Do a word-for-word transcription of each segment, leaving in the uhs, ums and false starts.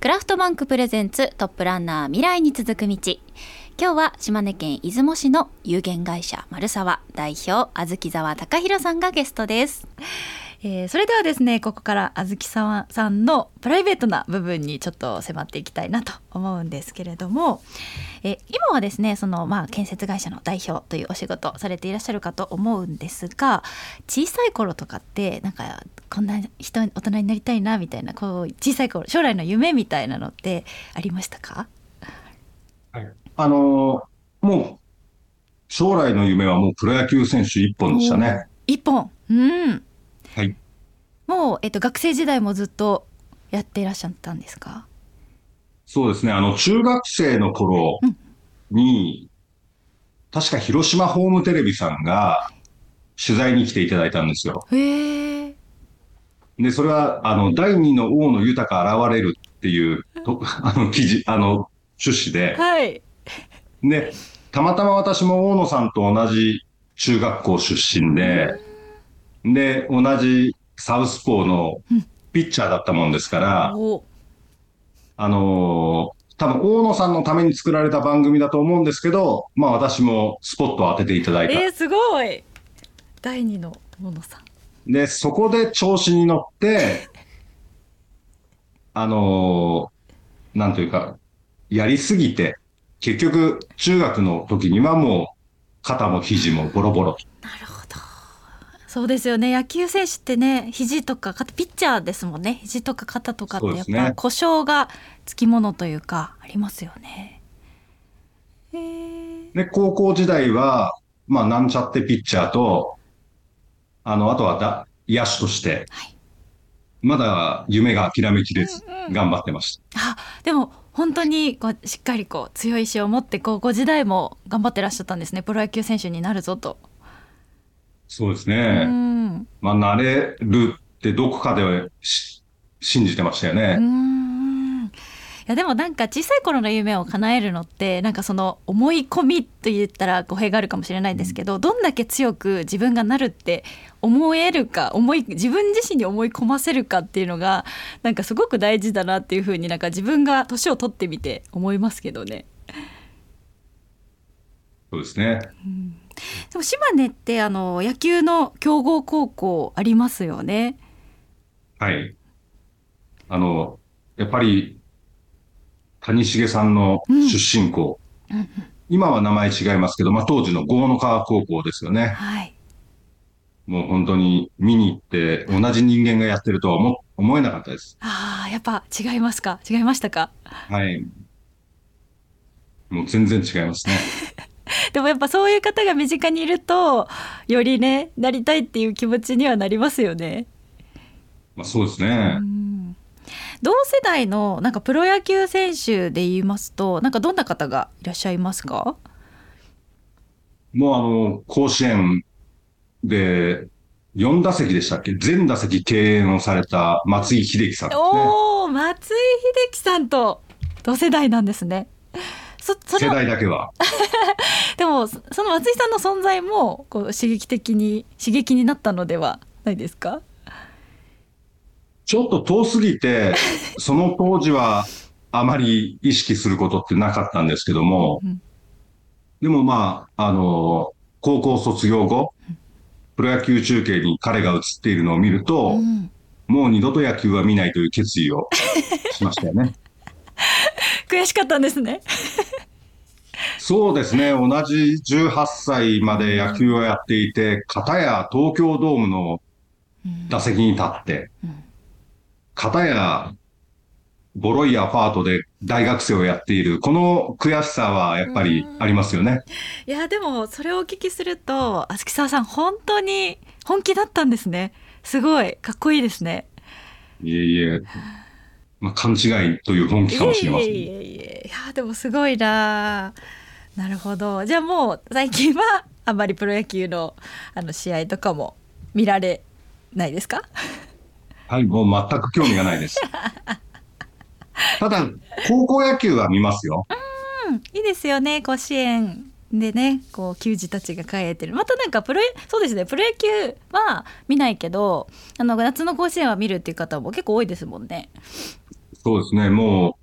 クラフトバンクプレゼンツトップランナー未来に続く道。今日は島根県出雲市の有限会社丸沢代表あずきざわたかひろさんがゲストです。えー、それではですね、ここからあずきざわさんのプライベートな部分にちょっと迫っていきたいなと思うんですけれども、えー、今はですねその、まあ、建設会社の代表というお仕事されていらっしゃるかと思うんですが、小さい頃とかってなんかこんな人大人になりたいなみたいな、こう小さい頃将来の夢みたいなのってありましたか？ はい、あのーもう将来の夢はもうプロ野球選手一本でしたね。 一本、うん、 はい。 もう、えっと、学生時代もずっとやっていらっしゃったんですか？ そうですね。あの、中学生の頃うん、 に、確か広島ホームテレビさんが取材に来ていただいたんですよ。 へえ。 で、それは、あの、第二の王の豊か現れるっていうと、あの、記事、あの、趣旨で、 はい。 で、たまたま私も大野さんと同じ中学校出身で、で、同じサウスポーのピッチャーだったもんですから、 お、 あのー多分大野さんのために作られた番組だと思うんですけど、まあ私もスポットを当てていただいた。 えー、すごい。第二のものさん。 で、そこで調子に乗って、あのーなんというか、やりすぎて、結局中学の時にはもう肩も肘もボロボロ。 なるほど。そうですよね。野球選手ってね、肘とか肩、ピッチャーですもんね。肘とか肩とかってやっそうですね。 ぱ故障がつきものというかありますよね。へー。 で、高校時代は、まあなんちゃってピッチャーと、あの、あとはだ野手として、 はい。 まだ夢が諦めきれずうんうん。 頑張ってました。 あ、でも本当にこうしっかりこう強い意志を持って高校時代も頑張ってらっしゃったんですね。プロ野球選手になるぞと。 そうですうね。 ん。 まあ、慣れるってどこかでし信じてましたようーね。 ん。いやでもなんか小さい頃の夢を叶えるのってなんかその思い込みと言ったら語弊があるかもしれないですけど、どんだけ強く自分がなるって思えるか、思い自分自身に思い込ませるかっていうのがなんかすごく大事だなっていうふうになんか自分が年を取ってみて思いますけどね。 そうですね。 でも島根ってあの野球の強豪高校ありますよね。 はい。あの、やっぱり谷繁さんのうん。 出身校、今は名前違いますけど、まあ、当時の郷の川高校ですよね。 はい。 もう本当に見に行って同じ人間がやってるとは思思えなかったです。 ああ、やっぱ違いますか？違いましたか？ はい。もう全然違いますね。 でもやっぱそういう方が身近にいるとよりねなりたいっていう気持ちにはなりますよね。 まあ、そうですうね。 ん。同世代のなんかプロ野球選手で言いますとなんかどんな方がいらっしゃいますか？ もうあの、甲子園でよん打席でしたっけ、全打席敬遠をされた松井秀喜さんですね。 おー、松井秀喜さんと同世代なんですね。そそ世の代だけは。 でもその松井さんの存在もこう刺激的に刺激になったのではないですか？ ちょっと遠すぎて、その当時はあまり意識することってなかったんですけども、 うんうん。 でもまあ、あの、高校卒業後、プロ野球中継に彼が映っているのを見ると、 うん。 もう二度と野球は見ないという決意をしましたよね。 悔しかったんですね。 そうですね。同じじゅうはっさいまで野球をやっていて、片や東京ドームの打席に立って、片やボロいアパートで大学生をやっている、この悔しさはやっうぱりありん。 ますよね。 いやでもそれをお聞きするとあすきさわさん本当に本気だったんですね。すごいかっこいいですね。 いえいえ、まあ、勘違いという本い気かもしれません。 えいえいえいえ。いやでもすごいな。なるほど。じゃあもう最近はあんまりプロ野球のあの試合とかも見られないですか？ はい、もう全く興味がないです。ただ、高校野球は見ますよ。 うん、いいですよね。甲子園でねこう球児たちが帰ってる。またなんかプロそうですね、プロ野球は見ないけどあの夏の甲子園は見るっていう方も結構多いですもんね。 そうですね。もう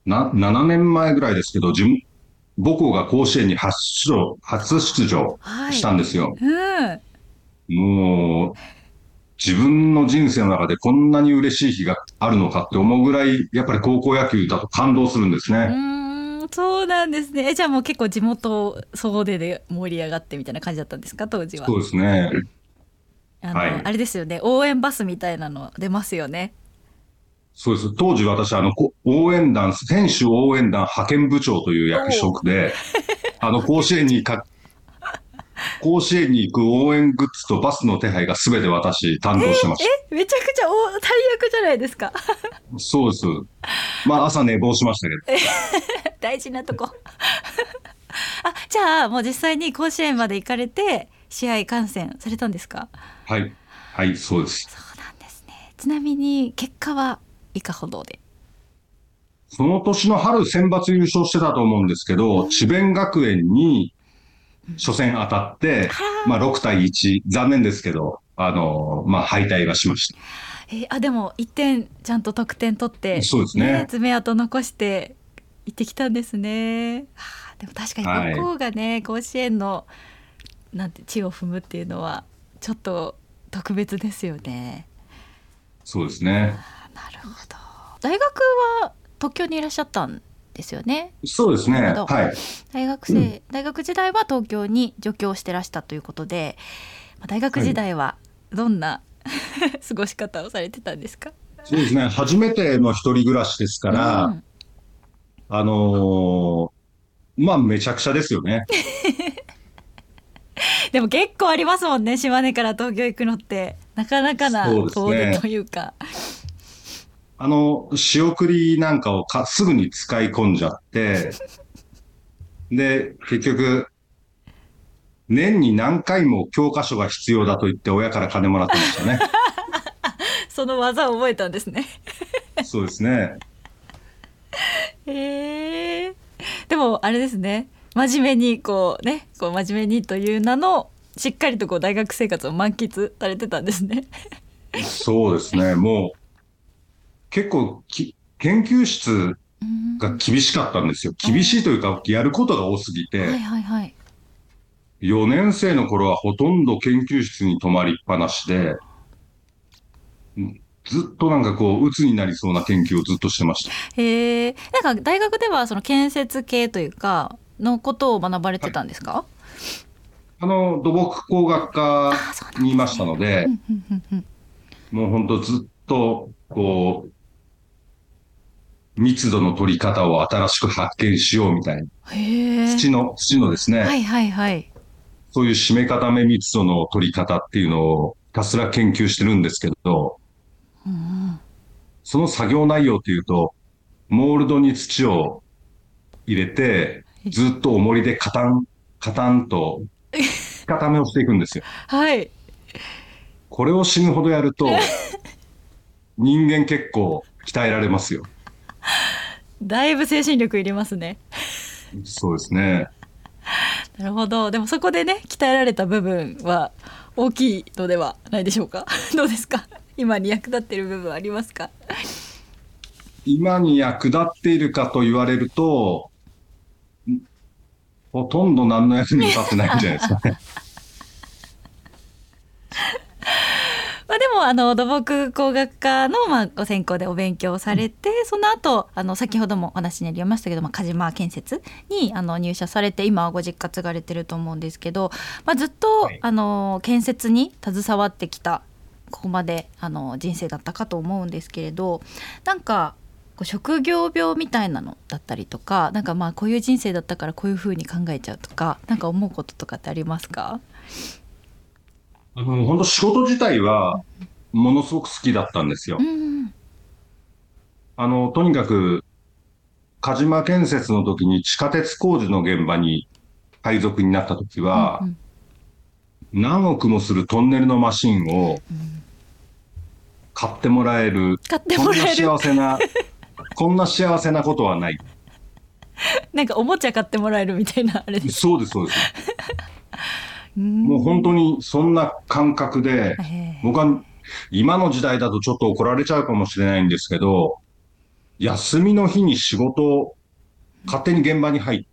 な、ななねんまえぐらいですけど、自分、母校が甲子園に初出場、初出場はい。 したんですよ。 うん。 もう、自分の人生の中でこんなに嬉しい日があるのかって思うぐらい、やっぱり高校野球だと感動するんですうね。 ーん、そうなんですね。え、じゃあもう結構地元総出で盛り上がってみたいな感じだったんですか、当時は。 そうですね。 あの、あはい。 れですよね。応援バスみたいなの出ますよね。 そうです。当時私、あの、こ応援団、選手応援団派遣部長という役おお。 職で、あの、甲派遣部長。 子園にか、甲子園に行く応援グッズとバスの手配が全て私担当してましえ、めちゃくちゃ大大役じゃないですか。 た。そうです。まあ、朝寝坊しましたけど。 大事なとこ。あ、じゃあもう実際に甲子園まで行かれて試合観戦されたんですか？ はい。はい、そうです。 そうなんですね。ちなみに結果はいかほどで？ その年の春選抜優勝してたと思うんですけど、智弁学園に初戦当たって、まああろく対いち、残念ですけど、あの、まあ敗退はしましー、えーあでもいってんちゃんと得点取った。 てそうですね、 ね。 爪痕残して行ってきたんですね。はあ、でも確かに母はい。 校がね甲子園のなんて地を踏むっていうのはちょっと特別ですよね。 そうですね。 なるほど。大学は東京にいらっしゃったんですよね。 そうですね。 なるほど。 はい。 大学うん。 生、大学時代は東京に上京してらしたということで、まあ大学はい。 時代はどんな過ごし方をされてたんですか？ そうですね。初めての一人暮らしですかうら、 ん。 あのーまあめちゃくちゃですよね。 でも結構ありますもんね、島根から東京行くのってなかなかなそうですね。 遠出というか。 あの、仕送りなんかをかすぐに使い込んじゃって、で、結局、年に何回も教科書が必要だと言って親から金もらってましたね。 その技を覚えたんですね。 そうですね。 へえ。でもあれですね、真面目にこうね、こう真面目にという名のしっかりとこう大学生活を満喫されてたんですね。 そうですね。もう結構き研究室うーん。 が厳しかったんですよ。 おー、 厳しいというか、やることが多すぎはいて、 はいはい。 よねん生の頃はほとんど研究室に泊まりっぱなしで、ずっとなんかこう、鬱になりそうな研究をずっとしてましへえ。なんか大学ではその建設系というかのことを学ばれた。 てはい。 たんですか？ あの、土木工学科ああ、そうなんにいましたですね。 ので、 うんうんうんうん。 もう本当ずっと、こう、密度の取り方を新しく発見しようみたいな。 へえ。 土の、土のですね、 はいはいはい。 そういう締め固め密度の取り方っていうのをひたすら研究してるんですけど、 うんうん。 その作業内容っていうと、モールドに土を入れて、ずっと重りでカタン、カタンと固めをしていくんですよ。 はい。 これを死ぬほどやると、人間結構鍛えられますよ。 だいぶ精神力いりますね。 そうですね。 なるほど。でもそこでね鍛えられた部分は大きいのではないでしょうか。どうですか？今に役立っている部分ありますか？ 今に役立っているかと言われると、ほとんど何の役にも立ってないんじゃないですかね。 まあ、でもあの土木工学科のまあご専攻でお勉強されて、その後あの先ほどもお話にありましたけど、まあ、鹿島建設にあの入社されて今はご実家継がれてると思うんですけど、まあ、ずっとはい。 あの建設に携わってきたここまであの人生だったかと思うんですけれど、なんかこう職業病みたいなのだったりとか、なんかまあこういう人生だったからこういうふうに考えちゃうとか、なんか思うこととかってありますか？ あの、本当仕事自体は、ものすごく好きだったんですうよ。 んあの、とにかく、鹿島建設の時に地下鉄工事の現場に配属になった時は、 うんうん。 何億もするトンネルのマシンを買ってもらえる、 買ってこんなもらえる。 幸せな、こんな幸せなことはない。 なんかおもちゃ買ってもらえるみたいなあれですか？ そうです、そうです。 うーもう本当ん。 にそんな感覚で、 ええ。 僕は今の時代だとちょっと怒られちゃうかもしれないんですけど、 休みの日に仕事、勝手に現場に入って、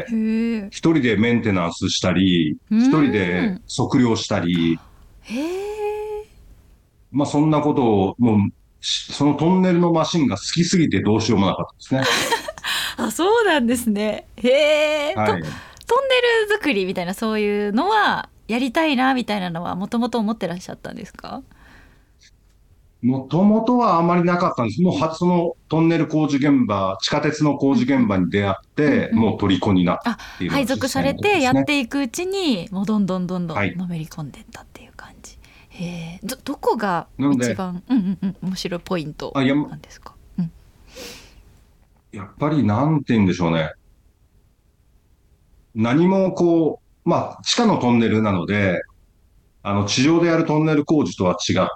へえ。 一人でメンテナンスしたり、 う一人ーん。 で測量したり、 へえ。 まあそんなことを、もう、しそのトンネルのマシンが好きすぎてどうしようもなかったですね。 あ、そうなんですね。へえ。と、トンはい。 ネル作りみたいなそういうのはやりたいなみたいなのはもともと思ってらっしゃったんですか？ もともとはあまりなかったんです。もうは、そのトンネル工事現場、地下鉄の工事現場に出会っうんて、 うん。 もう虜になったあ、 っていうの配属が実際のされてやところですね。 っていくうちにもうどんどんどんどんはい。 のめり込んでったっていう感じ。へえ。ど、どこがなので、 一番、うんうんうん、面白いポイントあ、や、 なんですか？うん。 やっぱりなんて言うんでしょうね。何もこう、まあ、地下のトンネルなので、あの、地上でやるトンネル工事とは違って、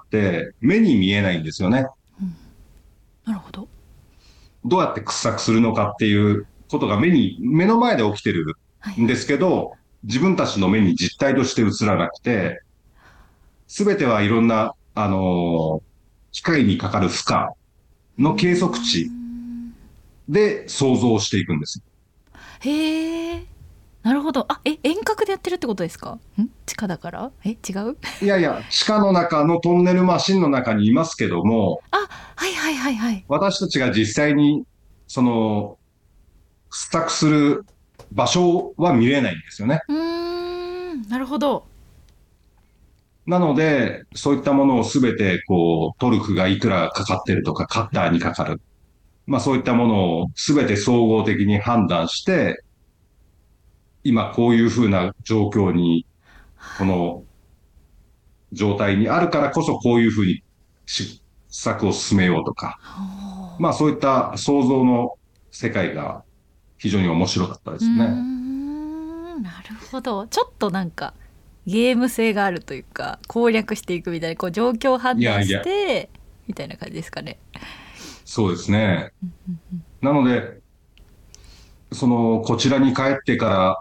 目に見えないんですよね。 うん、なるほど。 どうやって掘削するのかっていうことが目に、目の前で起きてるはいはい。 んですけど、自分たちの目に実体として映らなくて、すべてはいろんな、あのー機械にかかる負荷うーの計測値ん。 で想像していくんです。 へえ。なるほど。あ、え、遠隔でやってるってことですか？ん、地下だから、え、違う？ いやいや、地下の中のトンネルマシンの中にいますけども、 あ、はいはいはいはい。 私たちが実際に、その、掘削する場所は見れないんですよね。 うーん、なるほど。 なので、そういったものをすべて、こう、トルクがいくらかかってるとか、カッターにかかる。まあそういったものをすべて総合的に判断して、今こういうふうな状況に、こはい。 の状態にあるからこそこういうふうに施策を進めようとか、まあほそういった想像の世界が非常に面白かったでう。うーすね。 ん、なるほど。ちょっとなんかゲーム性があるというか、攻略していくみたいな、こう状況判断しいやいや、 てみたいな感じですかね。 そうですね。なので、その、こちらに帰ってから、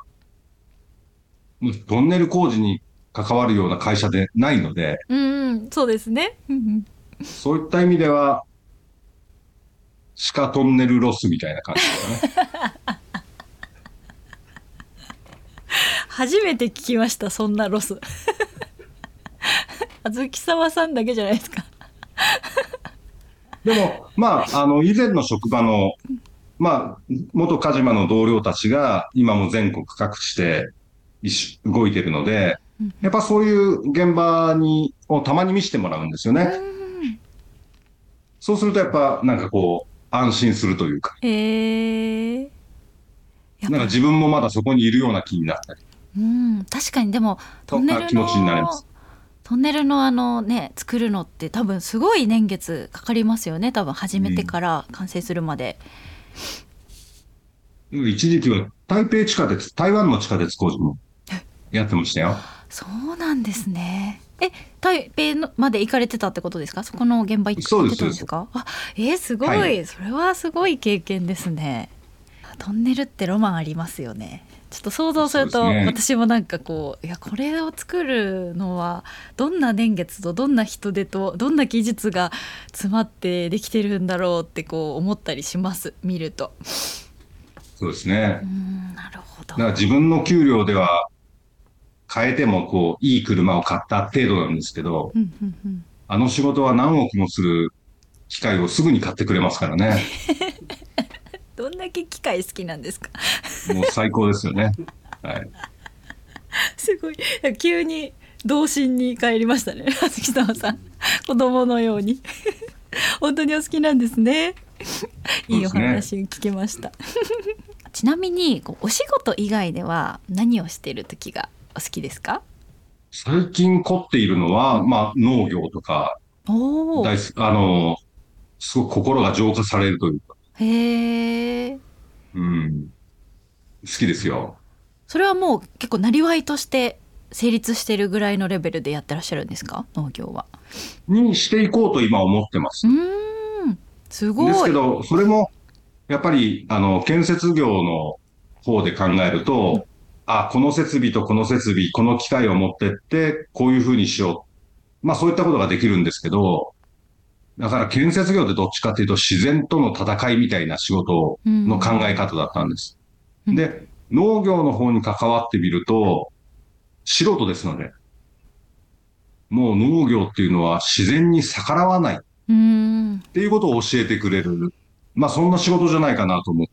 トンネル工事に関わるような会社でないので、 うんうん、そうですね。うんうん。 そういった意味では、地下トンネルロスみたいな感じですかね。 初めて聞きました、そんなロス。あずき沢さんだけじゃないですか。 でも、まあ、あの、以前の職場の、まあ、元カジマの同僚たちが、今も全国各地で一緒動いているので、やっぱそういう現場に、をたまに見せてもらうんですようね。 ん。 そうするとやっぱ、なんかこう、安心するというか、 えー、やっぱ、 なんか自分もまだそこにいるような気になったり、 うん、確かに。でもトそんンネルな気持ちになれまのす。 トンネルのあのね作るのって多分すごい年月かかりますよね、多分始めてうん。 から完成するまで。 一時期は台北地下鉄、台湾の地下鉄工事もやってましたよ。 そうなんですね。え、台北のまで行かれてたってことですか？そこの現場行そうです、 ってたそうです。 んですか？あ、えー、すごはい。 い、それはすごい経験ですね。トンネルってロマンありますよね。ちょっと想像すそうるとですね。 私もなんかこう、いやこれを作るのはどんな年月とどんな人手とどんな技術が詰まってできてるんだろうってこう思ったりします、見ると。 そうですうーね。 ん、なるほど。 だから自分の給料では変えてもこう、いい車を買った程度なんですけど、 うんうんうん。 あの仕事は何億もする機械をすぐに買ってくれますからね。 どんだけ機械好きなんですか？ もう最高ですよね。はい。 すごい、急に童心に帰りましたね、あずきささん。子供のように。本当にお好きなんですね。 そういいおですね。 話聞けました。ちなみにこうお仕事以外では何をしている時がお好きですか？ 最近凝っているのは、 うん。 まあ、農業とか、 おお。 大好き、あの、すごく心が浄化されるというか、 へえ。 うん、好きですよ。 それはもう結構なりわいとして成立してるぐらいのレベルでやってらっしゃるんですか、農業は？ にしていこうと今思ってまうす。 ーん、すごい。 ですけど、それも、やっぱり、あの、建設業の方で考えるうんと、あ、この設備とこの設備、この機械を持ってって、こういうふうにしよう。まあそういったことができるんですけど、 だから建設業ってどっちかっていうと自然との戦いみたいな仕事の考え方だったんです。 うん、 で、農業の方に関わってみると、素人ですので、もう農業っていうのは自然に逆らわないっうん、 ていうことを教えてくれる。まあそんな仕事じゃないかなと思って、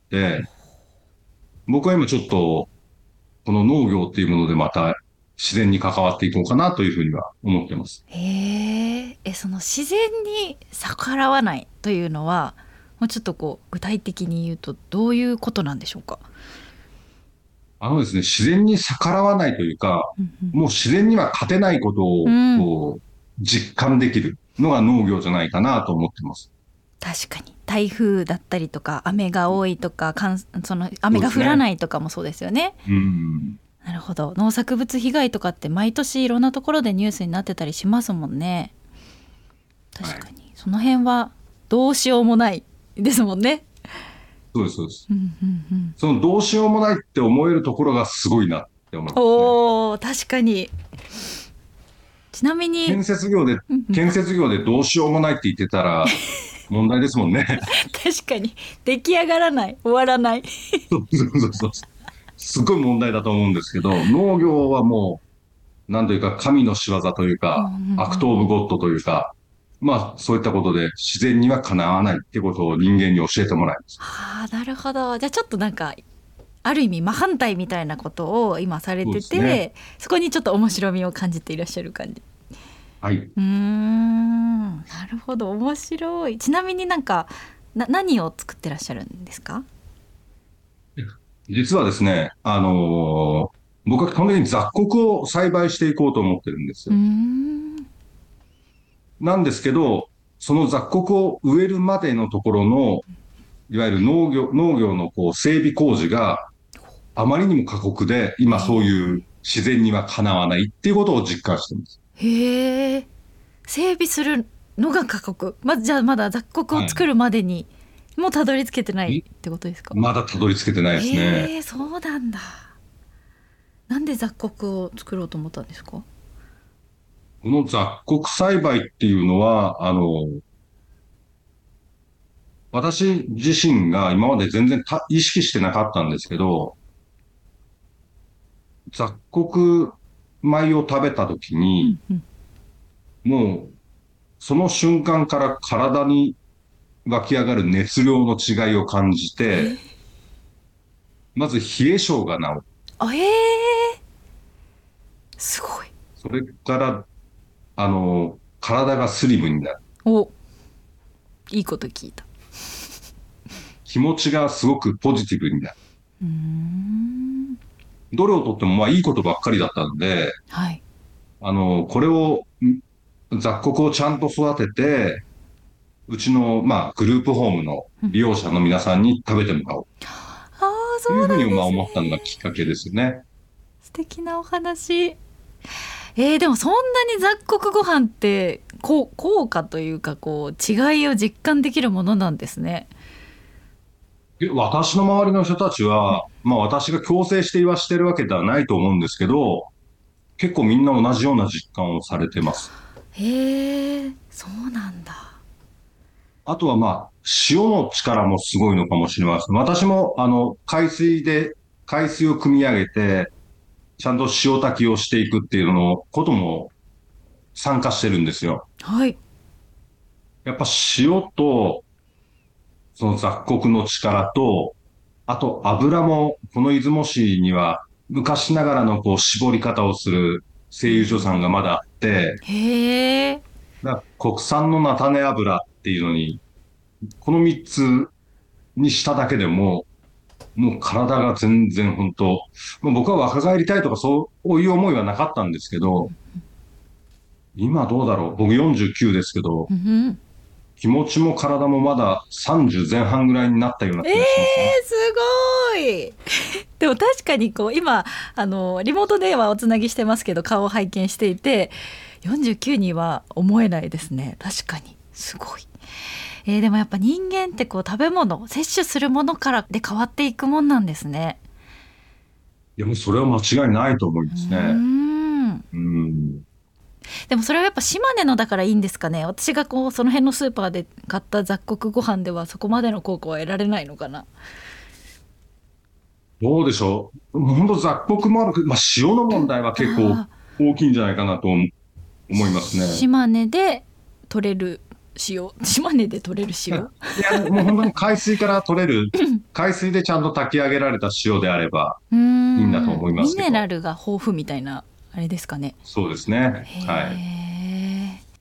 僕は今ちょっとこの農業っていうものでまた自然に関わっていこうかなというふうには思ってます。 へえ、え、その自然に逆らわないというのは、もうちょっとこう具体的に言うとどういうことなんでしょうか。 あのですね、自然に逆らわないというか、 うんもう自然には勝てないことをうん、うん、 こう実感できるのが農業じゃないかなと思ってます。 確かに台風だったりとか雨が多いとか、かんその雨が降そうですね。 らないとかもそうですよね。 うん。 なるほど。農作物被害とかって毎年いろんなところでニュースになってたりしますもんね。確かはい。 にその辺はどうしようもないですもんね。 そうです、そうです。 うんうんうん、 そのどうしようもないって思えるところがすごいなって思いますね。 おー、確かに。ちなみに、 建設業で、 うんうん、 建設業でどうしようもないって言ってたら問題ですもんね。 確かに出来上がらない、終わらない。 そうそうそうそう。すごい問題だと思うんですけど、農業はもう、なんというか神の仕業といううんうんうか、アクト・オブ・ん、 ゴッドというか、まあそういったことで自然にはかなわないっていうことを人間に教えてもらいます。 ああ、なるほど。じゃあちょっとなんかある意味真反対みたいなことを今されそうてですね。 て、そこにちょっと面白みを感じていらっしゃる感じ。 はい。 うーん、なるほど、面白い。ちなみになんかな何を作ってらっしゃるんですか。 実はですね、あのー僕は基本的に雑穀を栽培していこうと思ってるんですうーよ。 ん、 なんですけど、その雑穀を植えるまでのところの、いわゆる農業、農業のこう整備工事があまりにも過酷で、今そういう自然にはかなわないっていうことを実感しています。 へえ、整備するのが過酷。まずじゃあまだ雑穀をはい。 作るまでにもうたどり着けてないいってことですか。 まだたどり着けてないですね。 へえ、そうなんだ。なんで雑穀を作ろうと思ったんですか。 この雑穀栽培っていうのは、あの、私自身が今まで全然た意識してなかったんですけど、雑穀米を食べたときに、 うんうん、 もうその瞬間から体に湧き上がる熱量の違いを感じて、まず冷え性が治る。 あ、へえ、すごい。 それから、あの、体がスリムになる。 お、いいこと聞いた。 気持ちがすごくポジティブになる。 うーん、 どれをとってもまあいいことばっかりだったので、 はい。 あの、これを、ん雑穀をちゃんと育てて、うちの、まあ、グループホームのうん、 利用者の皆さんに食べてもらおうああ、そというふうに、まあ、 うなんです思ったのがきっね。 かけですよね。 素敵なお話。えー、でもそんなに雑穀ご飯ってこう効果というかこう違いを実感できるものなんですね。 で私の周りの人たちは、まあ、私が強制して言わしてるわけではないと思うんですけど、結構みんな同じような実感をされてます。 へえ、そうなんだ。 あとはまあ、塩の力もすごいのかもしれません。私も、あの、海水で、海水を汲み上げて、ちゃんと塩炊きをしていくっていうのことも参加してるんですよ。 はい。 やっぱ塩と、その雑穀の力と、あと油も、この出雲市には昔ながらのこう絞り方をする製油所さんがまだあって、 へえ、 だから国産の菜種油っていうのに、このみっつにしただけでも、もう体が全然本当、まあ僕は若返りたいとかそういう思いはなかったんですけど、今どうだろう。僕よんじゅうきゅうですけど、 うん、 気持ちも体もまださんじゅう前半ぐらいになったようなえー、 気がしますね。 すごい。でも確かにこう今あのリモート電話おつなぎしてますけど顔を拝見していてよんじゅうきゅうには思えないですね。確かにすごい。えー、でもやっぱ人間ってこう食べ物摂取するものからで変わっていくもんなんですね。 いや、もうそれは間違いないと思いうーますね。 ん、 うん。 でもそれはやっぱ島根のだからいいんですかね。私がこうその辺のスーパーで買った雑穀ご飯ではそこまでの効果は得られないのかな。 どうでしょう。本当雑穀もあるけど、まあ、塩の問題は結構あ大きいんじゃないかなと思いますね。 島根で取れる塩、島根で取れる塩。 いや、もう本当に海水から取れる、海水でちゃんと炊き上げられた塩であればうーんいいんだと思いますけど。 ミネラルが豊富みたいなあれですかね。 そうですね。はい。 へー